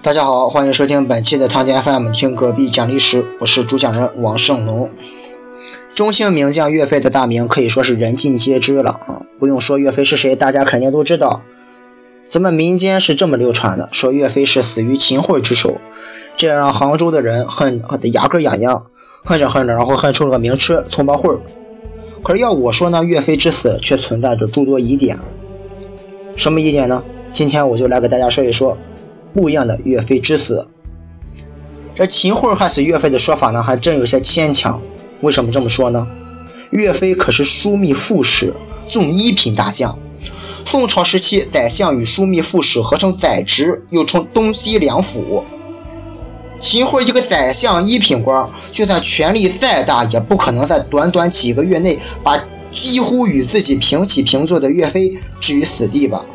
大家好，欢迎收听本期的汤点 FM 听隔壁讲历史，我是主讲人王胜龙。中兴名将岳飞的大名可以说是人尽皆知了啊，不用说岳飞是谁，大家肯定都知道。咱们民间是这么流传的，说岳飞是死于秦桧之手，这让杭州的人恨得牙根痒痒，恨着恨着，然后恨出了个名吃葱包烩。可是要我说呢，岳飞之死却存在着诸多疑点。什么疑点呢？今天我就来给大家说一说不一样的岳飞之死。这秦桧害死岳飞的说法呢，还真有些牵强。为什么这么说呢？岳飞可是枢密副使，纵一品大将。宋朝时期，宰相与枢密副使合称宰执，又称东西两府。秦桧一个宰相一品官，就算权力再大，也不可能在短短几个月内把几乎与自己平起平坐的岳飞置于死地吧。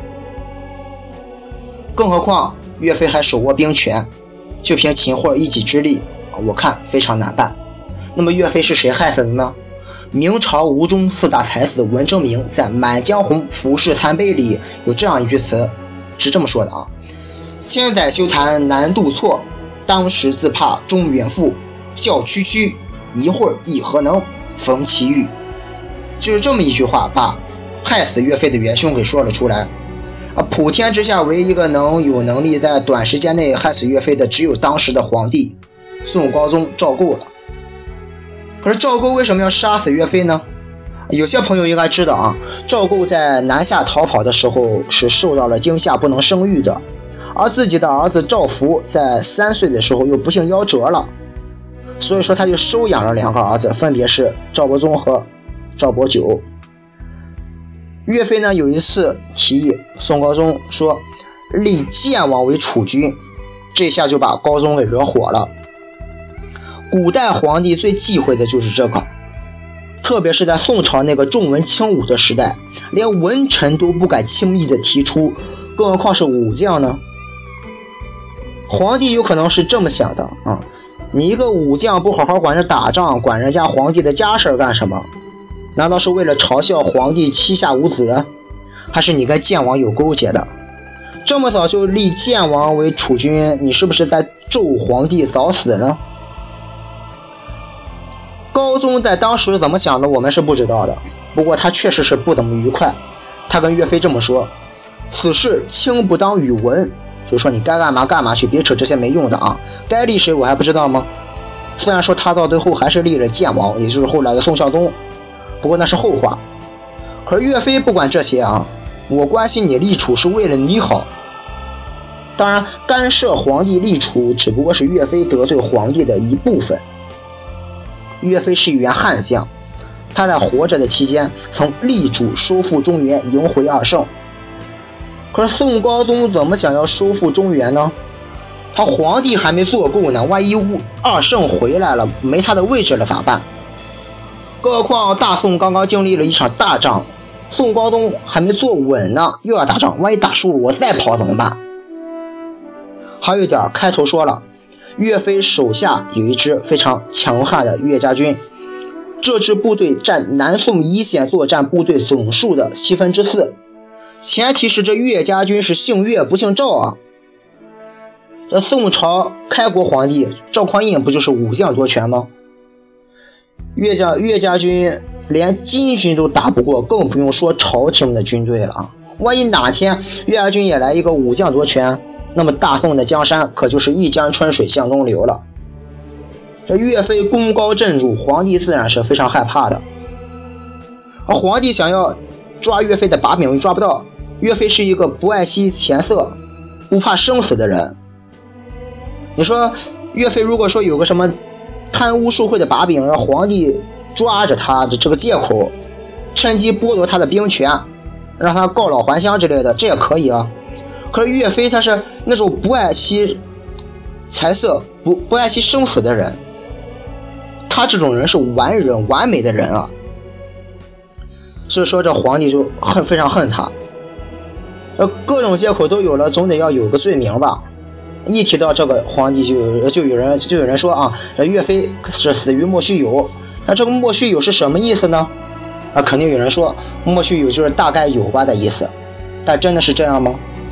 更何况岳飞还手握兵权，就凭秦桧一己之力，我看非常难办。那么岳飞是谁害死的呢？明朝吴中四大才子文征明在《满江红·浮世残碑》里有这样一句词，是这么说的啊：千载修谈难度错，当时自怕终远赴，笑区区，一会儿亦何能逢其遇。就是这么一句话，把害死岳飞的元凶给说了出来。普天之下唯一一个有能力在短时间内害死岳飞的，只有当时的皇帝宋高宗赵构了。可是赵构为什么要杀死岳飞呢？有些朋友应该知道啊，赵构在南下逃跑的时候是受到了惊吓，不能生育的，而自己的儿子赵福在3岁的时候又不幸夭折了，所以说他就收养了2个儿子，分别是赵伯宗和赵伯久。岳飞呢有一次提议宋高宗说立建王为储君，这下就把高宗给惹火了。古代皇帝最忌讳的就是这个，特别是在宋朝那个重文轻武的时代，连文臣都不敢轻易的提出，更何况是武将呢？皇帝有可能是这么想的啊，你一个武将不好好管着打仗，管人家皇帝的家事干什么？难道是为了嘲笑皇帝膝下无子？还是你跟建王有勾结的？这么早就立建王为储君，你是不是在咒皇帝早死呢？高宗在当时怎么想的我们是不知道的，不过他确实是不怎么愉快。他跟岳飞这么说：此事卿不当与闻，就说你该干嘛干嘛去，别扯这些没用的啊，该立谁我还不知道吗？虽然说他到最后还是立了建王，也就是后来的宋孝宗，不过那是后话。可是岳飞不管这些啊，我关心你立储是为了你好。当然干涉皇帝立储只不过是岳飞得罪皇帝的一部分。岳飞是一员悍将，他在活着的期间曾力主收复中原，赢回2胜。可是宋高宗怎么想要收复中原呢？他皇帝还没做够呢，万一2胜回来了，没他的位置了咋办？更何况大宋刚刚经历了一场大仗，宋高宗还没坐稳呢，又要打仗，万一打输了我再跑怎么办？还有一点，开头说了，岳飞手下有一支非常强悍的岳家军，这支部队占南宋一线作战部队总数的4/7，前提是这岳家军是姓岳不姓赵啊。这宋朝开国皇帝赵匡胤不就是武将夺权吗？岳家军连金军都打不过，更不用说朝廷的军队了啊！万一哪天岳家军也来一个武将夺权，那么大宋的江山可就是一江春水向东流了。这岳飞功高震主，皇帝自然是非常害怕的。而皇帝想要抓岳飞的把柄又抓不到，岳飞是一个不爱惜钱色、不怕生死的人。你说岳飞如果说有个什么贪污受贿的把柄，让皇帝抓着他的这个借口，趁机剥夺他的兵权，让他告老还乡之类的，这也可以啊。可是岳飞他是那种不爱惜财色、不爱惜生死的人，他这种人是完人、完美的人啊。所以说这皇帝就非常恨他，各种借口都有了，总得要有个罪名吧。一提到这个皇帝就有人说啊，这岳飞是死于莫须有。那这个莫须有是什么意思呢？肯定有人说莫须有就是大概有吧的意思，但真的是这样吗？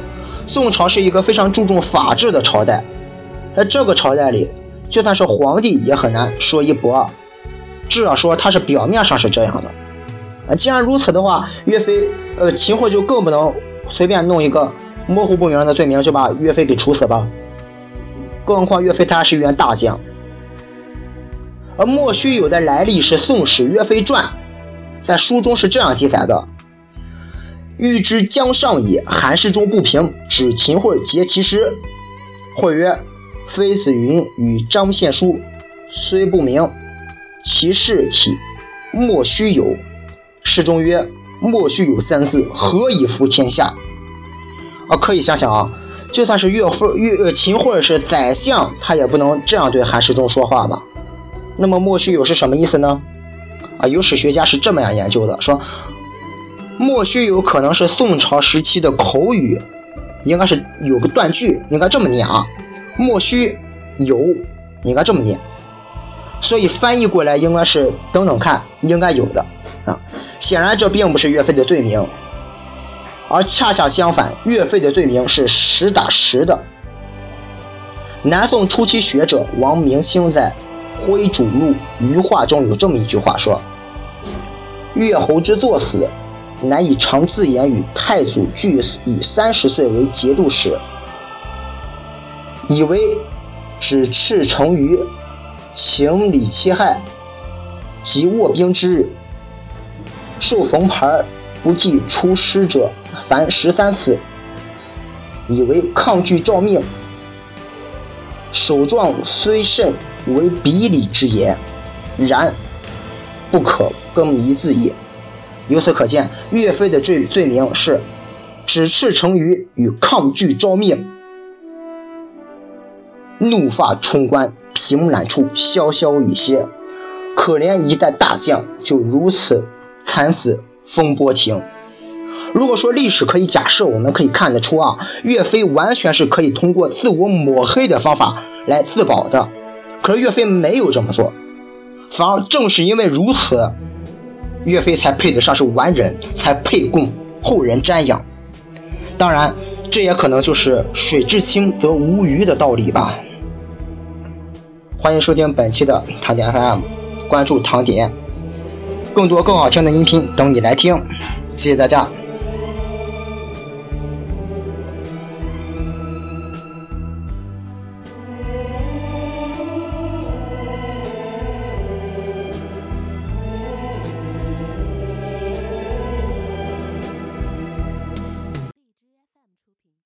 宋朝是一个非常注重法治的朝代，在这个朝代里，就算是皇帝也很难说一不二，至少说他是表面上是这样的。既然如此的话，岳飞秦桧就更不能随便弄一个模糊不明的罪名就把岳飞给处死吧。更何况岳飞他还是一员大将。而莫须有的来历是《宋史·岳飞传》，在书中是这样记载的：欲知将上也，韩世忠不平，指秦桧劫其师。桧曰：妃子云与张献书，虽不明，其事体莫须有。世忠曰：莫须有三字，何以服天下？可以想想啊，就算是秦桧是宰相，他也不能这样对韩世忠说话吧？那么莫须有是什么意思呢？有史学家是这么样研究的，说莫须有可能是宋朝时期的口语，应该是有个断句，应该这么念啊，莫须有应该这么念，所以翻译过来应该是等等看，应该有的啊。显然这并不是岳飞的罪名，而恰恰相反，岳飞的罪名是实打实的。南宋初期学者王明清在《徽主录余话》中有这么一句话说：岳侯之作死，乃以常自言与太祖俱以30岁为节度使，以为只赤诚于情理欺害，及卧兵之日，受冯牌不计出师者凡13次，以为抗拒诏命，首状虽甚为比礼之言，然不可更一字也。由此可见，岳飞的罪名是只赤诚于与抗拒诏命。怒发冲冠，凭栏处，潇潇雨歇。可怜一代大将就如此惨死风波亭。如果说历史可以假设，我们可以看得出啊，岳飞完全是可以通过自我抹黑的方法来自保的。可是岳飞没有这么做，反而正是因为如此，岳飞才配得上是完人，才配供后人瞻仰。当然，这也可能就是水至清则无鱼的道理吧。欢迎收听本期的唐点 FM， 关注唐点，更多更好听的音频等你来听，谢谢大家。